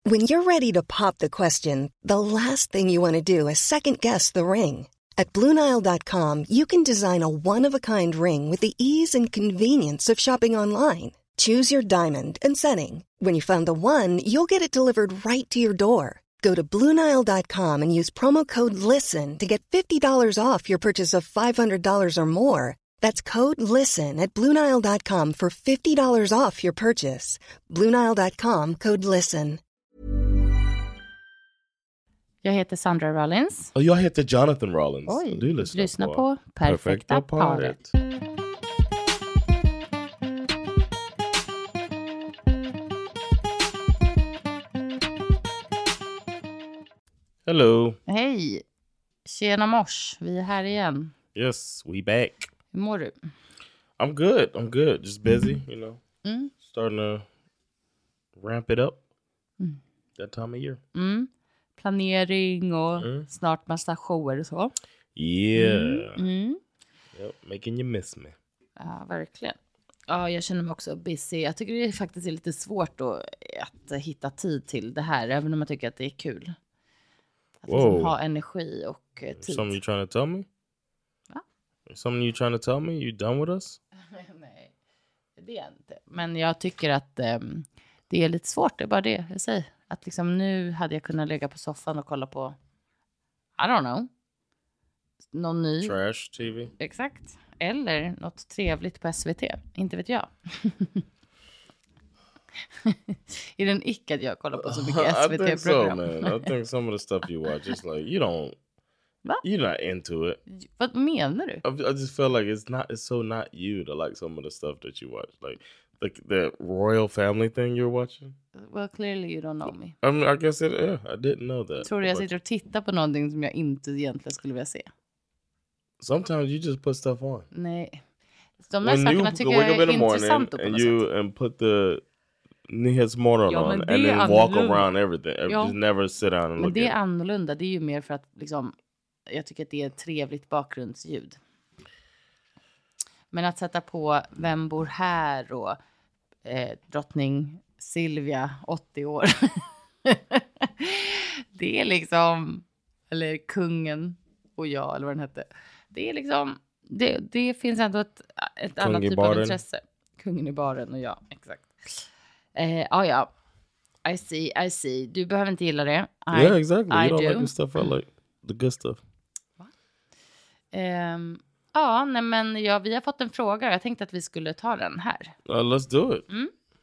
When you're ready to pop the question, the last thing you want to do is second-guess the ring. At BlueNile.com, you can design a one-of-a-kind ring with the ease and convenience of shopping online. Choose your diamond and setting. When you find the one, you'll get it delivered right to your door. Go to BlueNile.com and use promo code LISTEN to get $50 off your purchase of $500 or more. That's code LISTEN at BlueNile.com for $50 off your purchase. BlueNile.com, code LISTEN. Jag heter Sandra Rollins. Och jag heter Jonathan Rollins. Oj, du lyssna på Perfekta paret. Hello. Hej. Tjena mors. Vi är här igen. Yes, we back. Hur mår du? I'm good. Just busy, you know. Starting to ramp it up. That time of year. Planering och snart massa shower och så. Yeah. Yep, making you miss me. Ja, verkligen. Ja, jag känner mig också busy. Jag tycker det faktiskt är lite svårt att hitta tid till det här. Även om jag tycker att det är kul. Att liksom ha energi och tid. Something you trying to tell me? Va? Something you trying to tell me? You done with us? Nej, det är inte. Men jag tycker att det är lite svårt. Det är bara det jag säger. Att liksom nu hade jag kunnat lägga på soffan och kolla på, I don't know, någon ny. Trash TV. Exakt. Eller något trevligt på SVT. Inte vet jag. Är det en ick att jag kollar på så mycket SVT-program? I think so, man. I think some of the stuff you watch, it's like, you're not into it. Vad menar du? I just feel like it's so not you to like some of the stuff that you watch. Like the royal family thing you're watching. Well, clearly you don't know me. I mean, I guess I didn't know that. Tror du jag sitter och tittar på någonting som jag inte egentligen skulle vilja se? Sometimes you just put stuff on. Nej. De här sakerna tycker jag är intressant på något sätt. And put the Nyhetsmorgon on and then walk around everything. Just never sit down and look at it. Men det är annorlunda. Det är ju mer för att liksom, jag tycker att det är ett trevligt bakgrundsljud. Men att sätta på Vem bor här och drottning Silvia 80 år. Det är liksom, eller kungen och jag eller vad den hette. Det är liksom, det finns ändå ett annat typ av intresse. Kungen i baren och jag, exakt. Ja. I see. Du behöver inte gilla det. Yeah, exactly. You don't like the stuff I like. The good stuff. Ja, nej men vi har fått en fråga. Jag tänkte att vi skulle ta den här. Let's do it.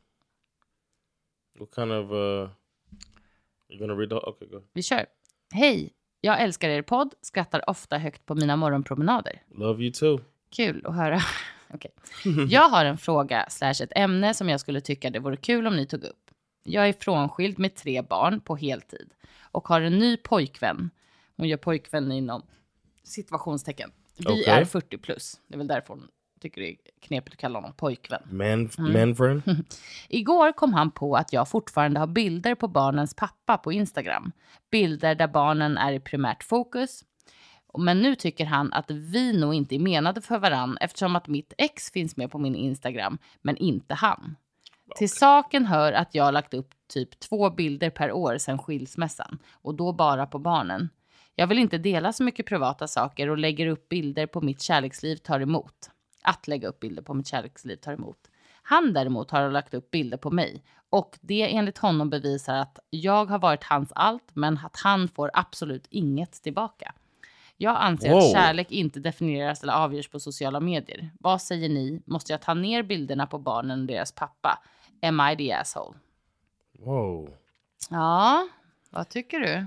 What kind of... you're gonna read that? Okay, go. Vi kör. Hej, jag älskar er podd. Skrattar ofta högt på mina morgonpromenader. Love you too. Kul att höra. Okay. Jag har en fråga / ett ämne som jag skulle tycka det vore kul om ni tog upp. Jag är frånskild med 3 barn på heltid. Och har en ny pojkvän. Hon gör pojkvän inom situationstecken. Vi är 40 plus. Det är väl därför hon tycker det är knepigt att kalla honom pojkvän. Man friend. Igår kom han på att jag fortfarande har bilder på barnens pappa på Instagram. Bilder där barnen är i primärt fokus. Men nu tycker han att vi nog inte är menade för varann eftersom att mitt ex finns med på min Instagram men inte han. Till saken hör att jag har lagt upp typ 2 bilder per år sedan skilsmässan och då bara på barnen. Jag vill inte dela så mycket privata saker och lägger upp bilder på mitt kärleksliv tar emot. Att lägga upp bilder på mitt kärleksliv tar emot. Han däremot har lagt upp bilder på mig. Och det enligt honom bevisar att jag har varit hans allt men att han får absolut inget tillbaka. Jag anser att kärlek inte definieras eller avgörs på sociala medier. Vad säger ni? Måste jag ta ner bilderna på barnen och deras pappa? Am I the asshole? Wow. Ja, vad tycker du?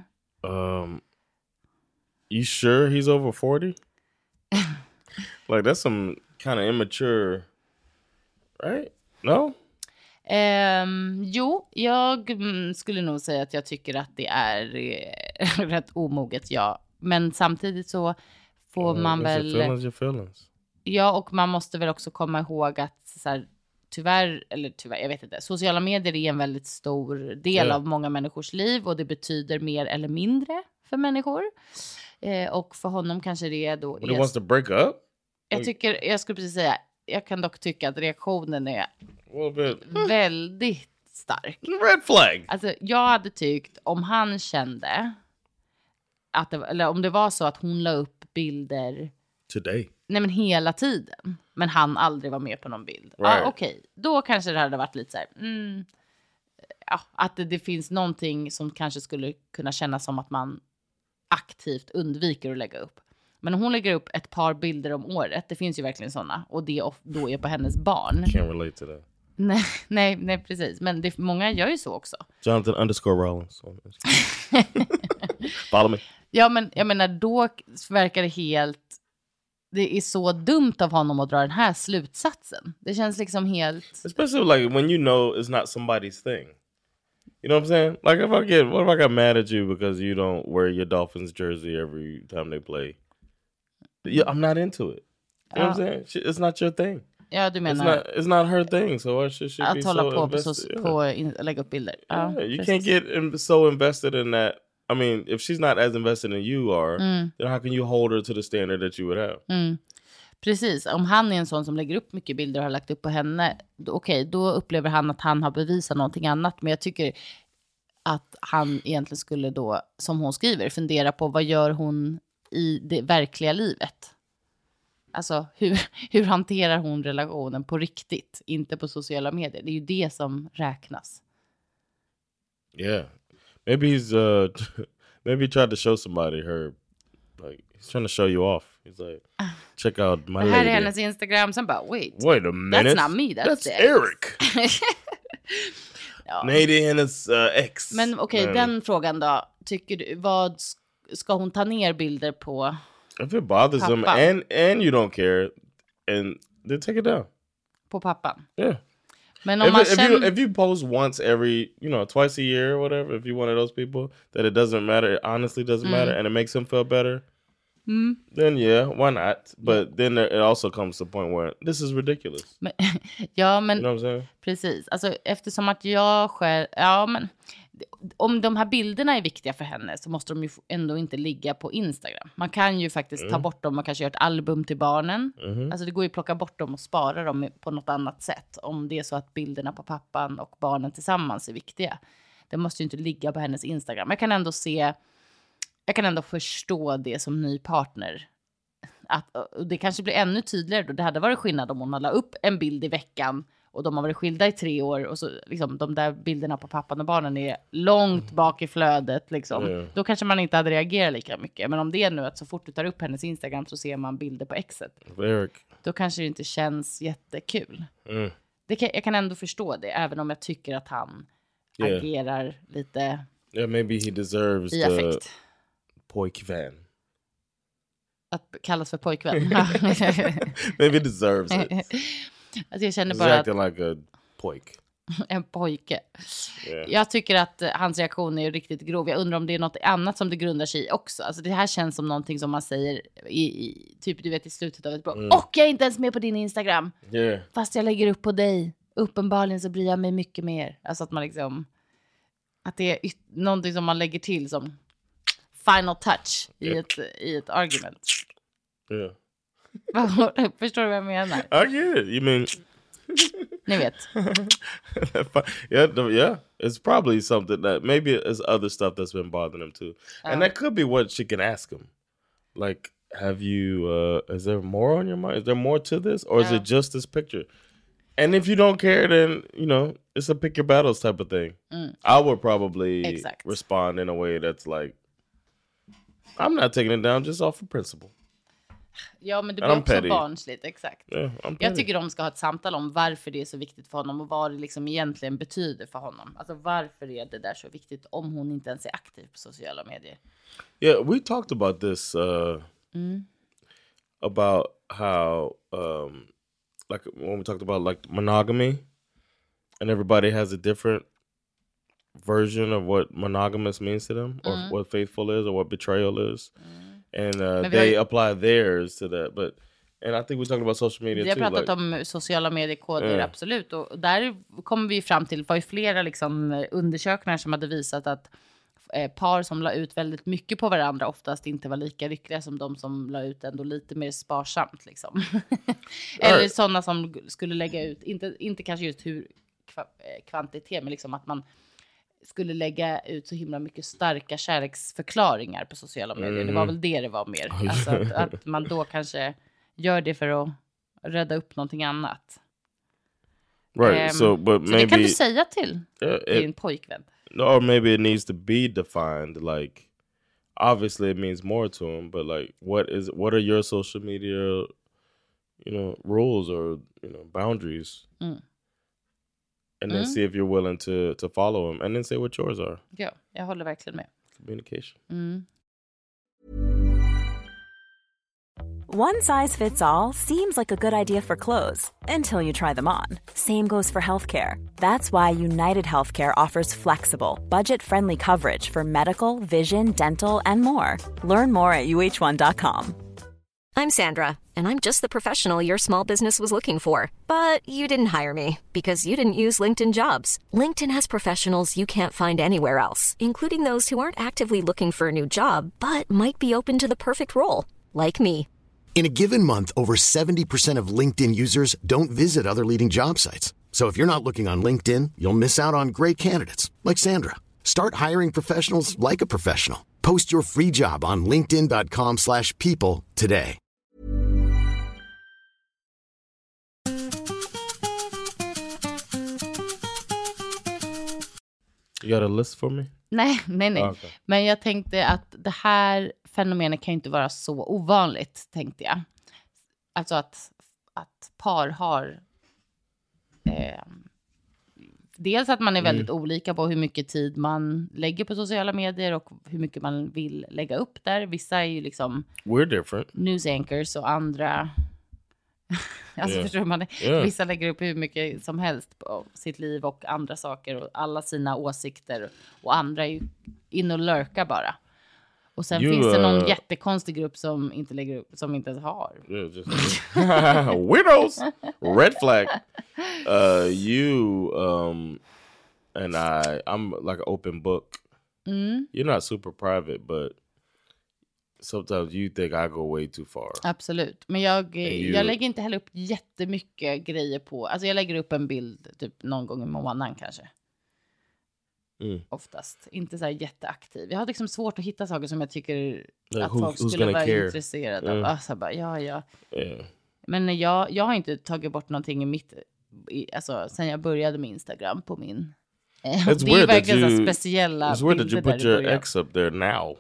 You sure he's over 40? Like that's some kind of immature, right? No? Jo, jag skulle nog säga att jag tycker att det är rätt omoget, ja. Men samtidigt så får man väl... Your feelings. Ja, och man måste väl också komma ihåg att så här, tyvärr, jag vet inte. Sociala medier är en väldigt stor del av många människors liv och det betyder mer eller mindre för människor. Och för honom kanske det är då... But he wants to break up? Jag skulle precis säga, jag kan dock tycka att reaktionen är väldigt stark. Red flag! Alltså jag hade tyckt om han kände att eller om det var så att hon la upp bilder today. Nej men hela tiden. Men han aldrig var med på någon bild. Right. Ja okej. Då kanske det hade varit lite så här. Ja, att det finns någonting som kanske skulle kunna kännas som att man aktivt undviker att lägga upp. Men om hon lägger upp ett par bilder om året. Det finns ju verkligen sådana. Och det då är på hennes barn. Can't relate to that. Nej, precis. Men många gör ju så också. Jonathan_Rollins. Follow me. Ja, men jag menar, då verkar det helt... Det är så dumt av honom att dra den här slutsatsen. Det känns liksom helt... Especially like when you know it's not somebody's thing. You know what I'm saying? Like what if I got mad at you because you don't wear your Dolphins jersey every time they play? Yeah, I'm not into it. You know what I'm saying? It's not your thing. Ja, du menar... It's not her thing, so why should she be so invested? På lägga upp bilder. Yeah, you can't get so invested in that. I mean, if she's not as invested as you are, then how can you hold her to the standard that you would have? Precis. Om han är en sån som lägger upp mycket bilder och har lagt upp på henne, då upplever han att han har bevisat någonting annat. Men jag tycker att han egentligen skulle då, som hon skriver, fundera på vad gör hon i det verkliga livet? Alltså, hur hanterar hon relationen på riktigt? Inte på sociala medier. Det är ju det som räknas. Yeah. Maybe maybe he tried to show somebody her, like he's trying to show you off. He's like, check out my lady. Här är hennes Instagram. Sen bara, wait a minute. That's not me, that's Eric. Ja. Nej, det är hennes ex. Men okej, den frågan då. Tycker du, vad ska hon ta ner bilder på? If it bothers pappa? them and you don't care, and then take it down. På pappan? Yeah. Men om if you post once every, twice a year or whatever, if you're one of those people that it doesn't matter, it honestly doesn't matter, and it makes him feel better, then yeah, why not? But then it also comes to a point where this is ridiculous. Ja, men you know what I'm saying? Precis. Alltså eftersom att jag själv, men om de här bilderna är viktiga för henne så måste de ju ändå inte ligga på Instagram. Man kan ju faktiskt ta bort dem, man kanske gör ett album till barnen. Alltså det går ju att plocka bort dem och spara dem på något annat sätt. Om det är så att bilderna på pappan och barnen tillsammans är viktiga. Det måste ju inte ligga på hennes Instagram. Jag kan ändå förstå det som ny partner. Och det kanske blir ännu tydligare då. Det hade varit skillnad om hon hade upp en bild i veckan och de har varit skilda i 3 år och så liksom de där bilderna på pappan och barnen är långt bak i flödet liksom. Då kanske man inte hade reagerat lika mycket. Men om det är nu att så fort du tar upp hennes Instagram så ser man bilder på exet. Eric. Då kanske det inte känns jättekul. Jag kan ändå förstå det, även om jag tycker att han agerar lite maybe he deserves i affekt. Pojkvän. Att kallas för pojkvän. Maybe deserves it. Alltså jag känner He's bara acting like a pojk. En pojke. Yeah. Jag tycker att hans reaktion är riktigt grov. Jag undrar om det är något annat som det grundar sig i också. Alltså det här känns som någonting som man säger typ du vet i slutet av ett bråk. Och jag är inte ens med på din Instagram. Yeah. Fast jag lägger upp på dig. Uppenbarligen så bryr jag mig mycket mer. Alltså att man liksom att det är någonting som man lägger till som final touch i ett argument. Yeah. Förstår du vad jag menar? I get it. You mean Ni vet. yeah. It's probably something that maybe it's other stuff that's been bothering him too. And that could be what she can ask him. Like, have you is there more on your mind? Is there more to this? Or is it just this picture? And if you don't care, then, it's a pick your battles type of thing. I would probably respond in a way that's like, I'm not taking it down just off of principle. Ja, men det blir också barnsligt, exakt. Yeah, jag tycker de ska ha ett samtal om varför det är så viktigt för honom och vad det liksom egentligen betyder för honom. Alltså varför är det där så viktigt om hon inte ens är aktiv på sociala medier? Yeah, we talked about this about how like when we talked about like monogamy and everybody has a different version of what monogamous means to them or what faithful is or what betrayal is. And they apply theirs to that. And I think we talked about social media too. Vi har pratat om sociala mediekoder, absolut. Och där kommer vi fram till, det var ju flera liksom, undersökningar som hade visat att par som la ut väldigt mycket på varandra oftast inte var lika lyckliga som de som la ut ändå lite mer sparsamt. Liksom. Eller sådana som skulle lägga ut, inte kanske just hur kvantitet, men liksom att man skulle lägga ut så himla mycket starka kärleksförklaringar på sociala medier. Det var väl det var mer. Alltså att man då kanske gör det för att rädda upp någonting annat. Right, so maybe... det kan du säga till din pojkvän. Or maybe it needs to be defined, like... Obviously it means more to him, but like what are your social media, rules or, boundaries? And then see if you're willing to follow him, and then say what yours are. Ja, jag håller verkligen med. Communication. One size fits all seems like a good idea for clothes until you try them on. Same goes for healthcare. That's why United Healthcare offers flexible, budget-friendly coverage for medical, vision, dental, and more. Learn more at uh1.com. I'm Sandra, and I'm just the professional your small business was looking for. But you didn't hire me because you didn't use LinkedIn Jobs. LinkedIn has professionals you can't find anywhere else, including those who aren't actively looking for a new job, but might be open to the perfect role, like me. In a given month, over 70% of LinkedIn users don't visit other leading job sites. So if you're not looking on LinkedIn, you'll miss out on great candidates like Sandra. Start hiring professionals like a professional. Post your free job on linkedin.com/people today. You got a list for me? Nej. Okay. Men jag tänkte att det här fenomenet kan ju inte vara så ovanligt, tänkte jag. Alltså att par har... dels att man är väldigt olika på hur mycket tid man lägger på sociala medier och hur mycket man vill lägga upp där. Vissa är ju liksom... We're different. News anchors och andra... Alltså förstår man det? Vissa lägger upp hur mycket som helst på sitt liv och andra saker och alla sina åsikter, och andra är ju in och lurkar bara. Och sen finns det någon jättekonstig grupp som inte lägger upp, som inte ens har. Weirdos! Red flag. You and I'm like an open book. You're not super private, but sometimes you think I go way too far. Absolut. Men jag lägger inte heller upp jättemycket grejer på. Alltså jag lägger upp en bild typ någon gång i månaden kanske. Oftast. Inte så här jätteaktiv. Jag har liksom svårt att hitta saker som jag tycker att folk skulle vara intresserade av. Alltså bara, ja. Men jag har inte tagit bort någonting i mitt... Alltså sen jag började med Instagram på min... det är verkligen så speciella bilder. It's weird that you put your ex up there now.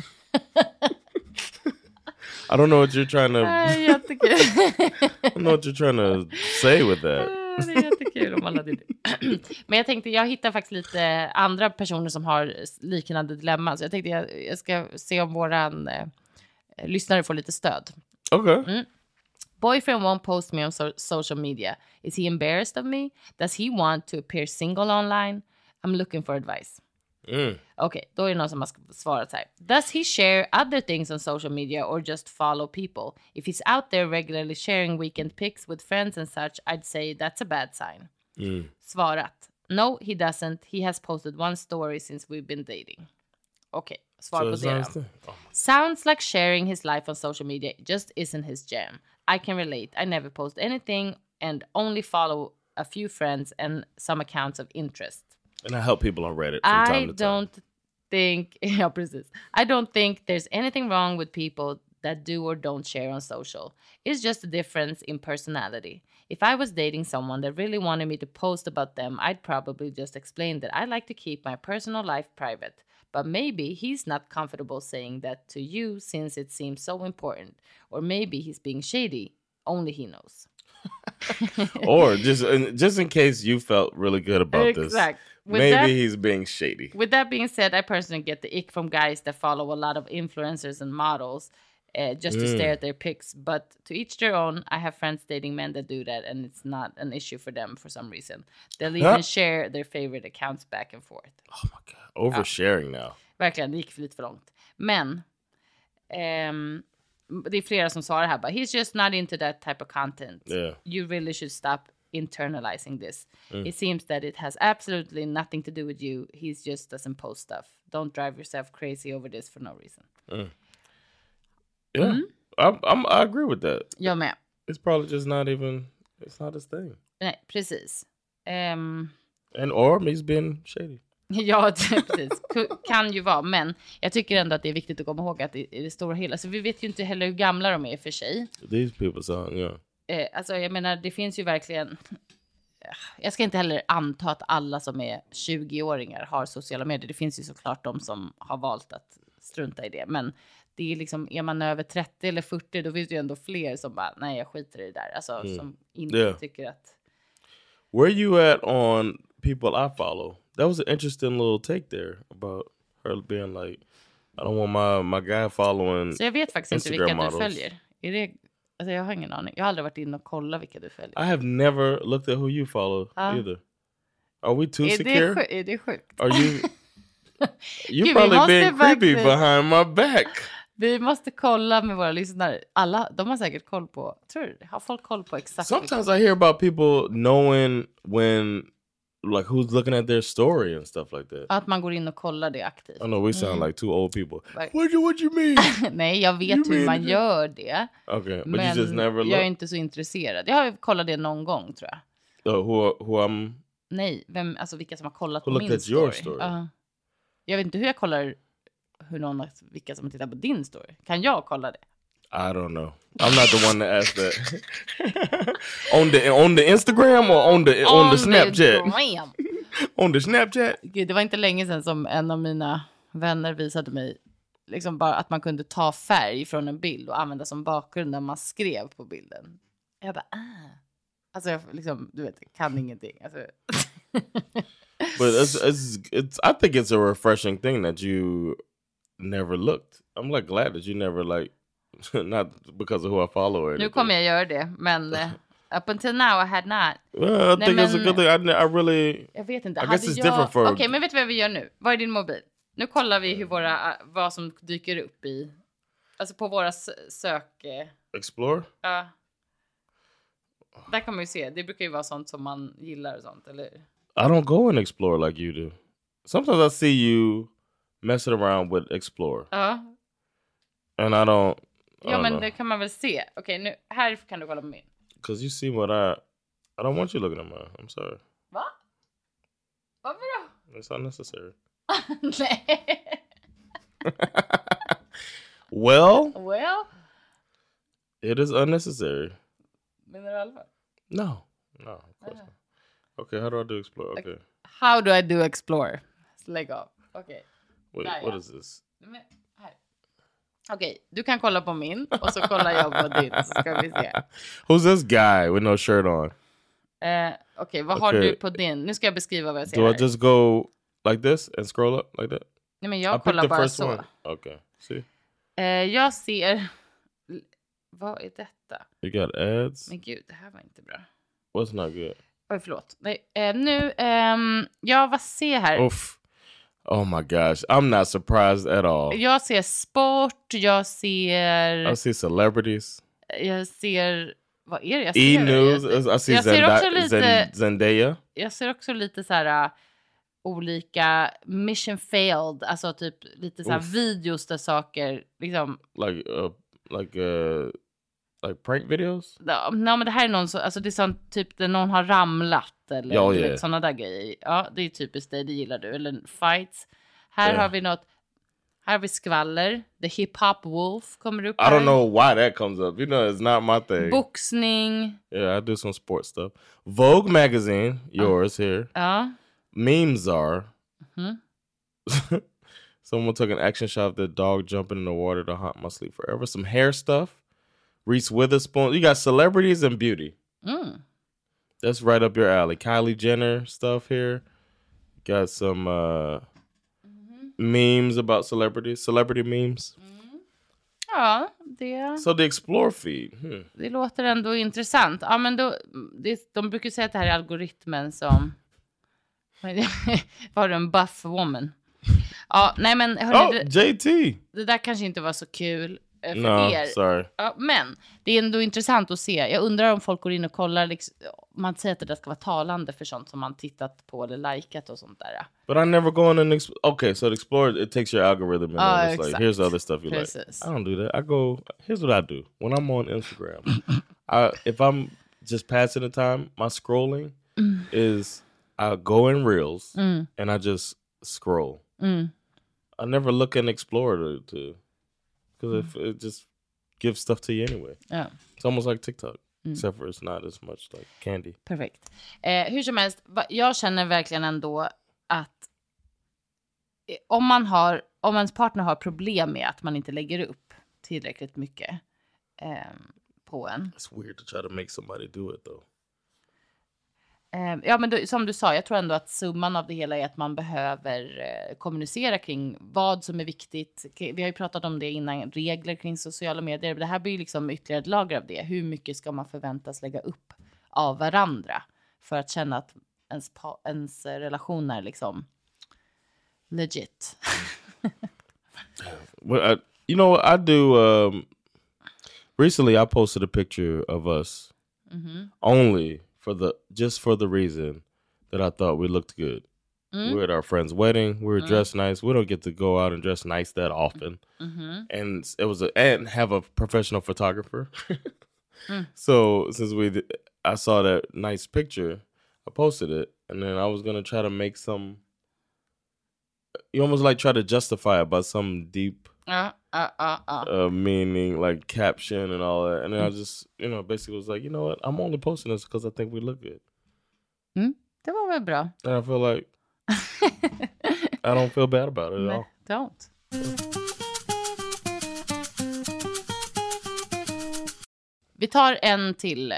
I don't know what you're trying to... I don't know what you're trying to say with that. Det är jättekul om alla det. Men jag tänkte, jag hittar faktiskt lite andra personer som har liknande dilemma. Så jag tänkte jag ska se om våran lyssnare får lite stöd. Okay. Boyfriend won't post me on social media. Is he embarrassed of me? Does he want to appear single online? I'm looking for advice. Okej, då är det någon som har svarat så här. Does he share other things on social media or just follow people? If he's out there regularly sharing weekend pics with friends and such, I'd say that's a bad sign. Svarat. No, he doesn't. He has posted one story since we've been dating. Okej, svar på det. Sounds like sharing his life on social media just isn't his jam. I can relate. I never post anything and only follow a few friends and some accounts of interest. And I help people on Reddit from time to time. I don't think there's anything wrong with people that do or don't share on social. It's just a difference in personality. If I was dating someone that really wanted me to post about them, I'd probably just explain that I like to keep my personal life private. But maybe he's not comfortable saying that to you since it seems so important. Or maybe he's being shady. Only he knows. Or just in case you felt really good about this. Maybe he's being shady. With that being said, I personally get the ick from guys that follow a lot of influencers and models just to stare at their pics. But to each their own. I have friends dating men that do that, and it's not an issue for them for some reason. They'll even share their favorite accounts back and forth. Oh my god, oversharing now. Verkligen, det gick lite för långt. Men det är flera som svarar här bara, he's just not into that type of content. You really should stop internalizing this. It seems that it has absolutely nothing to do with you. He's just doesn't post stuff. Don't drive yourself crazy over this for no reason. Yeah, I agree with that. Jag med. It's probably just not even, it's not his thing. Nej, precis. And or he's been shady. Ja, precis. Kan ju vara. Men jag tycker ändå att det är viktigt att komma ihåg att i det stora hela. Så vi vet ju inte heller hur gamla de är för sig. These people sound, yeah. Alltså jag menar, det finns ju verkligen... Jag ska inte heller anta att alla som är 20-åringar har sociala medier. Det finns ju såklart de som har valt att strunta i det. Men det är liksom, är man över 30 eller 40, då finns det ju ändå fler som bara, nej jag skiter i det där. Alltså som inte tycker att... Where you at on people I follow? That was an interesting little take there about her being like, I don't want my guy following. Så jag vet faktiskt Instagram inte vilka models. du följer. Är det, alltså jag har ingen aning. Jag har aldrig varit inne och kollat vilka du följer. I have never looked at who you follow either. Are we too secure? Är det sjukt? Are you? You Gud, probably being creepy behind my back. Vi måste kolla med våra lyssnare. Alla, de har säkert koll på. Tror du det? Har folk koll på exakt? Sometimes I hear about people knowing when, like, who's looking at their story and stuff like that. Att man går in och kollar det aktivt. I know we sound like two old people. What you mean? Nej, jag vet hur man gör det. Okay, but men you just never look? Jag är inte så intresserad. Jag har kollat det någon gång, tror jag. Who I'm? Nej, alltså vilka som har kollat who på min story. Your story? Jag vet inte hur jag kollar vilka som tittar på din story. Kan jag kolla det? I don't know. I'm not the one to ask that. on the Instagram or on the Snapchat? On the Snapchat? Gud, det var inte länge sedan som en av mina vänner visade mig liksom bara att man kunde ta färg från en bild och använda som bakgrund när man skrev på bilden. Jag bara, Alltså jag liksom, du vet, kan ingenting. Alltså. But it's I think it's a refreshing thing that you never looked. I'm like glad that you never like not because of who I follow or anything. Nu kommer jag göra det, men up until now I had not. Well, I think it's a good thing. I really. Jag vet inte. I guess it's different for. Okej, men vet du vad vi gör nu? Vad är din mobil? Nu kollar vi hur vad som dyker upp i, alltså på våra sök. Explore. Ja. Där kan man ju se. Det brukar ju vara sånt som man gillar och sånt, eller? I don't go and explore like you do. Sometimes I see you messing around with explore. Ja. And I don't. Ja, men det kan man väl se. Okej, nu här kan du kolla på min. Because you see what I don't want you looking at mine. I'm sorry. Va? Varför då? It's unnecessary. Nej. Well, it is unnecessary. Menar du allvar? No, of course not. Okay, how do I do explore? Okay. How do I do explore? Lägg av. Okej. Wait, what is this? Okej, du kan kolla på min och så kollar jag på din, så ska vi se. Who's this guy with no shirt on? Okej, vad har du på din? Nu ska jag beskriva vad jag ser Do här. I just go like this and scroll up like that? Nej, men jag kollar bara så. One. Okay, see? Jag ser... Vad är detta? You got ads? Men gud, det här var inte bra. What's not good? Oj, förlåt. Nej, nu, vad ser här? Oof. Oh my gosh, I'm not surprised at all. Jag ser sport, jag ser... I see celebrities. Jag ser... Vad är det jag ser? E-news, I see jag ser också lite, Zendaya. Jag ser också lite så här olika mission failed, alltså typ lite så här videos där saker liksom... Like prank videos? Ja, men det här är någon alltså det är sånt typ där någon har ramlat eller sådana där grejer. Ja, det är typiskt det gillar du. Eller fights. Här har vi något. Här har vi skvaller. The Hip Hop Wolf kommer upp här. I don't know why that comes up. You know, it's not my thing. Boxning. Yeah, I do some sports stuff. Vogue magazine, yours here. Ja. Memes are. Someone took an action shot of their dog jumping in the water to haunt my sleep forever. Some hair stuff. Reese Witherspoon. You got celebrities and beauty. That's right up your alley. Kylie Jenner stuff here. Got some memes about celebrities. Celebrity memes. Ja, det... So the Explore feed. Det låter ändå intressant. Ja, men då... de brukar säga att det här är algoritmen som... Var du en buff woman? Ja, nej men... Hörrni, JT! Det där kanske inte var så kul för er. Sorry. Ja, men det är ändå intressant att se. Jag undrar om folk går in och kollar. Liksom, man säger att det där ska vara talande för sånt som man tittat på eller likat och sånt där. But I never go in and okay, so the Explore, it takes your algorithm and it's like, here's the other stuff you like. I don't do that. Here's what I do. When I'm on Instagram, if I'm just passing the time, my scrolling, is I go in Reels and I just scroll. I never look and explore to because it just gives stuff to you anyway. Yeah. It's almost like TikTok. Except for it's not as much like candy. Perfekt. Hur som helst, jag känner verkligen ändå att om ens partner har problem med att man inte lägger upp tillräckligt mycket på en. It's weird to try to make somebody do it though. Ja, men som du sa, jag tror ändå att summan av det hela är att man behöver kommunicera kring vad som är viktigt. Vi har ju pratat om det innan, regler kring sociala medier. Det här blir liksom ytterligare ett lager av det. Hur mycket ska man förväntas lägga upp av varandra för att känna att ens relation är liksom legit? Well, you know what I do? Recently, I posted a picture of us only for the reason that I thought we looked good. We were at our friend's wedding. We were dressed nice. We don't get to go out and dress nice that often. And it was and have a professional photographer. So since I saw that nice picture, I posted it, and then I was gonna try to make some. You almost like try to justify it by some deep meaning, like caption and all that. And then I just, basically was like, you know what? I'm only posting this because I think we look good. Det var väl bra. And I feel like I don't feel bad about it at all. Don't. Vi tar en till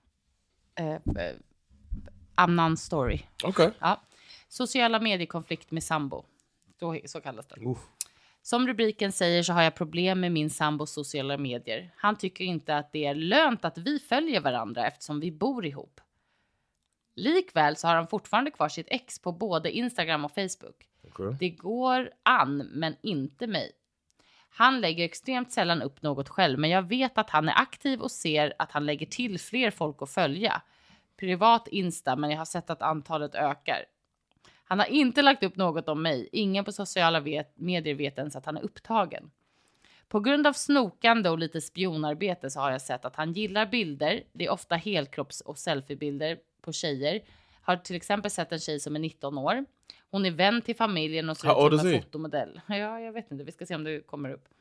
annan story. Okay. Ja. Sociala mediekonflikt med sambo. Så kallas det. Som rubriken säger så har jag problem med min sambos sociala medier. Han tycker inte att det är lönt att vi följer varandra eftersom vi bor ihop. Likväl så har han fortfarande kvar sitt ex på både Instagram och Facebook. Okay. Det går an, men inte mig. Han lägger extremt sällan upp något själv, men jag vet att han är aktiv och ser att han lägger till fler folk att följa. Privat Insta, men jag har sett att antalet ökar. Han har inte lagt upp något om mig. Ingen på sociala medier vet ens att han är upptagen. På grund av snokande och lite spionarbete så har jag sett att han gillar bilder. Det är ofta helkropps- och selfiebilder på tjejer. Har till exempel sett en tjej som är 19 år. Hon är vän till familjen och ser ut som en fotomodell. Ja, jag vet inte. Vi ska se om det kommer upp.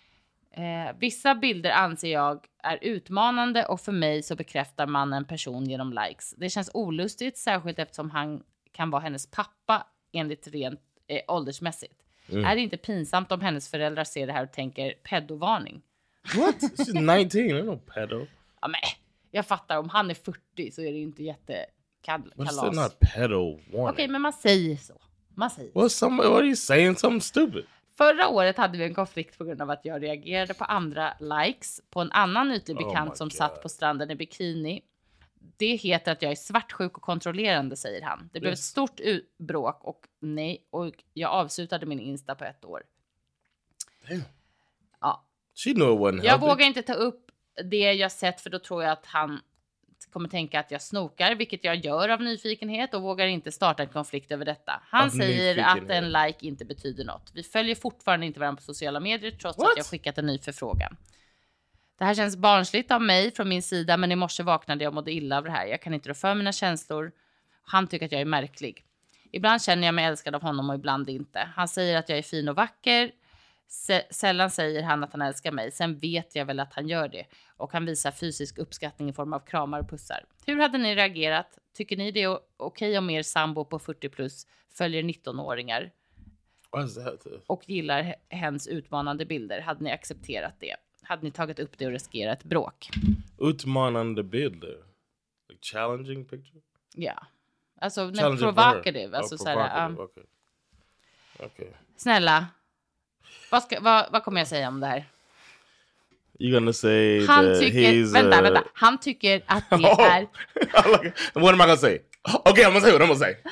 Vissa bilder anser jag är utmanande och för mig så bekräftar man en person genom likes. Det känns olustigt, särskilt eftersom han kan vara hennes pappa enligt rent åldersmässigt. Är det inte pinsamt om hennes föräldrar ser det här och tänker pedovarning? What? She's 19, I know pedo. Ja, men jag fattar, om han är 40 så är det ju inte kalas. What's not pedo warning? Okej, men man säger så. What are you saying? Something stupid. Förra året hade vi en konflikt på grund av att jag reagerade på andra likes på en annan ytlig bekant som satt på stranden i bikini. Det heter att jag är svartsjuk och kontrollerande, säger han. Det blev ett stort bråk och jag avslutade min Insta på 1 år. Damn. Ja. She knew it wasn't jag vågar inte ta upp det jag sett, för då tror jag att han kommer tänka att jag snokar, vilket jag gör av nyfikenhet, och vågar inte starta en konflikt över detta. Han säger att en like inte betyder något. Vi följer fortfarande inte varandra på sociala medier trots att jag skickat en ny förfrågan. Det här känns barnsligt av mig från min sida, men i morse vaknade jag och mådde illa av det här. Jag kan inte rå för mina känslor. Han tycker att jag är märklig. Ibland känner jag mig älskad av honom och ibland inte. Han säger att jag är fin och vacker. Sällan säger han att han älskar mig. Sen vet jag väl att han gör det. Och han visar fysisk uppskattning i form av kramar och pussar. Hur hade ni reagerat? Tycker ni det är okej om er sambo på 40 plus följer 19-åringar? Och gillar hens utmanande bilder? Hade ni accepterat det? Hade ni tagit upp det och riskerat ett bråk? Utmanande bilder? Like challenging picture? Ja. Alltså provocative. Alltså provocative. Okay. Snälla. Vad kommer jag säga om det här? You're gonna say han tycker, vänta. Han tycker att det är... What am I gonna say? Okay, I'm gonna say what I'm gonna say.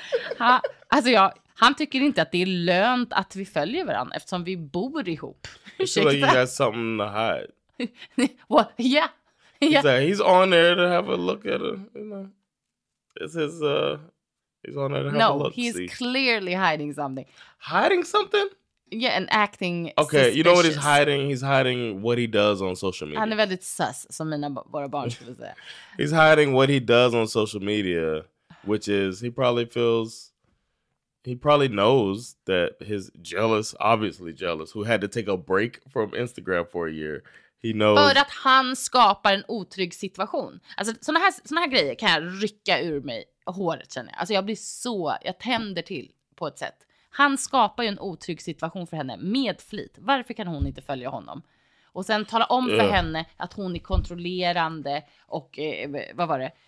Han tycker inte att det är lönt att vi följer varandra eftersom vi bor ihop. Ursäkta. You got something to hide. What? Yeah. He's on there to have a look at it. You know, it's his. He's on there to have a look. No, he's clearly hiding something. Hiding something? Yeah, and acting. Okay, suspicious. You know what he's hiding? He's hiding what he does on social media. Han är väldigt sus, som våra barn skulle säga. He's hiding what he does on social media which is he probably knows that his obviously jealous, who had to take a break from Instagram for a year. He knows. För att han skapar en otrygg situation. Alltså såna här grejer kan jag rycka ur mig håret, känner jag. Alltså jag tänder till på ett sätt. Han skapar ju en otrygg situation för henne med flit. Varför kan hon inte följa honom? Och sen tala om för henne att hon är kontrollerande och vad var det?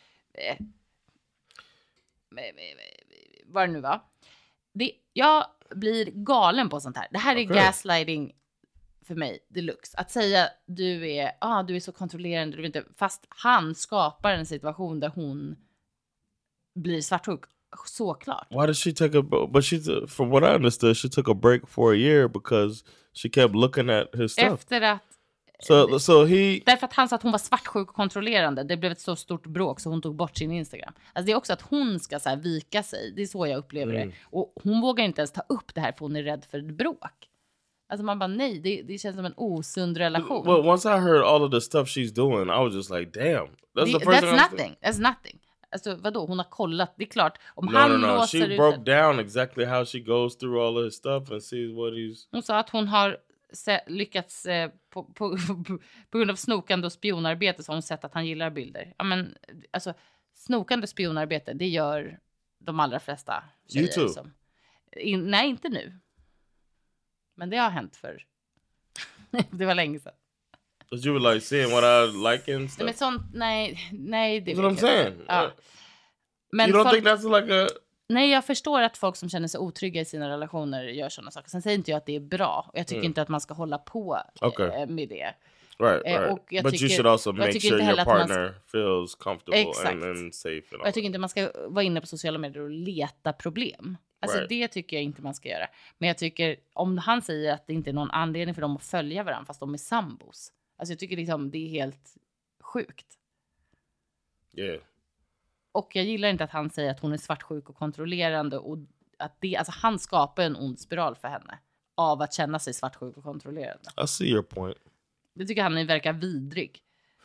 Vad det nu var. Jag blir galen på sånt här. Det här är gaslighting för mig deluxe. Att säga du är så kontrollerande, du vet inte, fast han skapar en situation där hon blir svartsjuk. Såklart. Why did she take but from what I understood, she took a break for a year because she kept looking at his stuff. Efter att därför att han sa att hon var svartsjuk och kontrollerande. Det blev ett så stort bråk så hon tog bort sin Instagram. Alltså det är också att hon ska så här vika sig. Det är så jag upplever det. Och hon vågar inte ens ta upp det här för hon är rädd för ett bråk. Alltså man bara nej, det känns som en osund relation. Well, once I heard all of the stuff she's doing, I was just like, damn. That's nothing. Alltså vadå? Hon har kollat. Det är klart. Om han låser she broke down exactly how she goes through all of his stuff and sees what he's... Hon sa att hon har lyckats på grund av snokande och spionarbete så har hon sett att han gillar bilder. Ja, men alltså snokande och spionarbete, det gör de allra flesta tjejer. You too. Nej, inte nu. Men det har hänt för det var länge sedan. But you were like seeing what I like and stuff. Men sånt, nej, det är what I'm saying. Ja. Men you don't think that's like a... Nej, jag förstår att folk som känner sig otrygga i sina relationer gör sådana saker. Sen säger inte jag att det är bra. Och jag tycker inte att man ska hålla på med det. Right. Och But you should also make sure your partner feels comfortable and safe. Och jag tycker inte man ska vara inne på sociala medier och leta problem. Alltså det tycker jag inte man ska göra. Men jag tycker, om han säger att det inte är någon anledning för dem att följa varandra fast de är sambos. Alltså jag tycker liksom det är helt sjukt. Yeah. Och jag gillar inte att han säger att hon är svartsjuk och kontrollerande. Och att alltså han skapar en ond spiral för henne. Av att känna sig svartsjuk och kontrollerande. I see your point. Det tycker han verkar vidrig.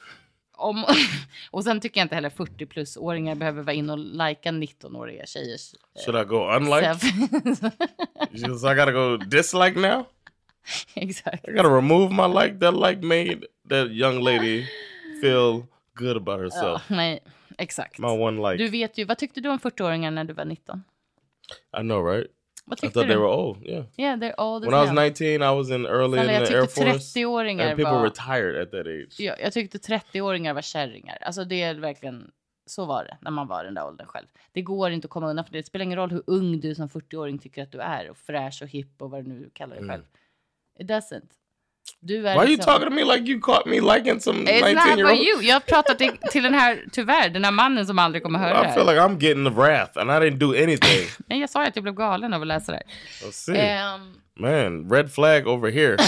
Och sen tycker jag inte heller 40-plus-åringar behöver vara in och lajka 19-åriga tjejers. Should I go unlike? So I gotta go dislike now? Exakt. I gotta remove my like. That like made that young lady feel good about herself. Ja, nej, exakt. My one like. Du vet ju, vad tyckte du om 40-åringar när du var 19? I know, right? Vad tyckte I thought du? they were old, Yeah, they're old as When I was 19, I was early in the Air Force. 30-åringar and people retired at that age. Ja, jag tyckte 30-åringar var kärringar. Alltså det är verkligen, så var det när man var den där åldern själv. Det går inte att komma undan för det. Det spelar ingen roll hur ung du som 40-åring tycker att du är. Och fräsch och hipp och vad du nu kallar dig själv. It doesn't. Du är Why are you talking to me like you caught me liking some 19-year-old? Jag har pratat till den här mannen som aldrig kommer höra det här. I feel like I'm getting the wrath and I didn't do anything. Nej, jag sa att jag blev galen av att läsa det här. Let's see. Man, red flag over here.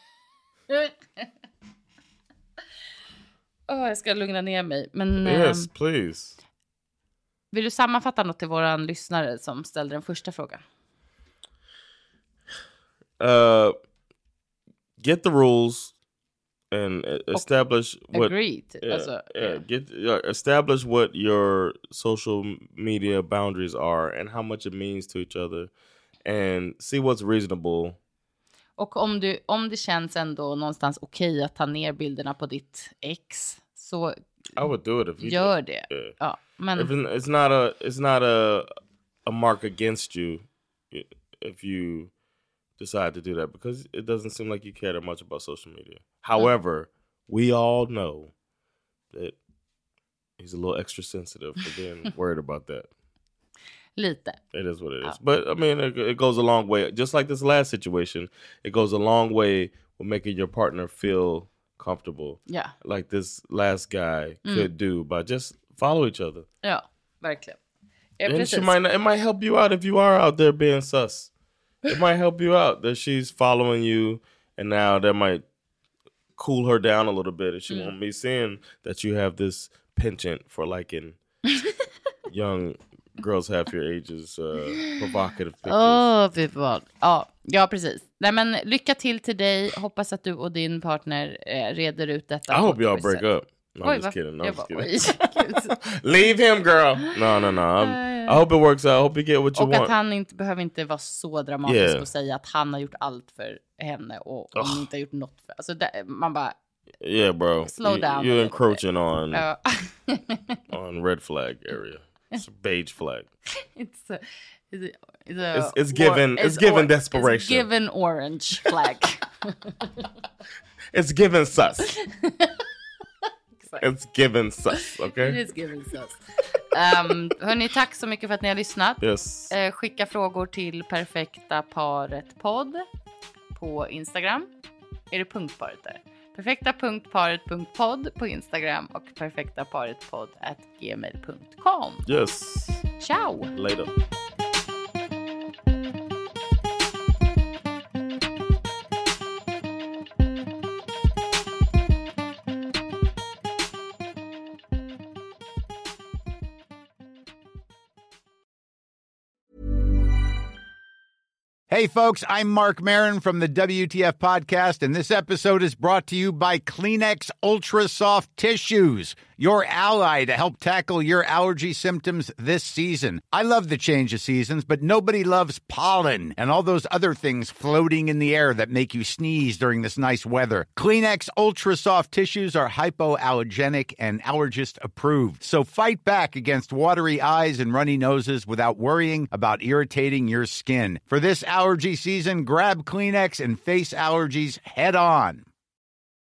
Jag ska lugna ner mig. Men, yes, please. Vill du sammanfatta något till våran lyssnare som ställde den första frågan? Get the rules and establish what establish what your social media boundaries are and how much it means to each other and see what's reasonable. Och om det känns ändå någonstans okej att ta ner bilderna på ditt ex, så I would do it if you gör det. Yeah. Ja, men it's not a mark against you if you decide to do that, because it doesn't seem like you care that much about social media. However, we all know that he's a little extra sensitive for being worried about that. Lite. It is what it is. But I mean, it goes a long way. Just like this last situation, it goes a long way with making your partner feel comfortable. Yeah. Like this last guy could do by just follow each other. Ja, verkligen. It might help you out if you are out there being sus. It might help you out that she's following you, and now that might cool her down a little bit, and she won't be seeing that you have this penchant for liking young girls half your age's provocative pictures. Ja, precis. Nej, men lycka till dig. Hoppas att du och din partner reder ut detta. I hope y'all break up. No, I'm just kidding. No, I'm just kidding. Leave him, girl. No. I hope it works out. I hope you get what you want. Och att han behöver inte vara så dramatisk och säga att han har gjort allt för henne och hon inte har gjort något för. Alltså man bara yeah, bro. Slow down. You're encroaching on on red flag area. It's a beige flag. It's given desperation. It's given orange flag. It's given sus. It's given sus, okay? It is given sus. Hörni, tack så mycket för att ni har lyssnat. Yes. Skicka frågor till Perfekta Paret podd på Instagram. Är det punktparet där? Perfekta.paret.podd på Instagram och perfektaparetpodd@gmail.com. Yes. Ciao. Later. Hey, folks, I'm Mark Maron from the WTF Podcast, and this episode is brought to you by Kleenex Ultra Soft Tissues, your ally to help tackle your allergy symptoms this season. I love the change of seasons, but nobody loves pollen and all those other things floating in the air that make you sneeze during this nice weather. Kleenex Ultra Soft Tissues are hypoallergenic and allergist approved, so fight back against watery eyes and runny noses without worrying about irritating your skin. For this allergy season, grab Kleenex and face allergies head on.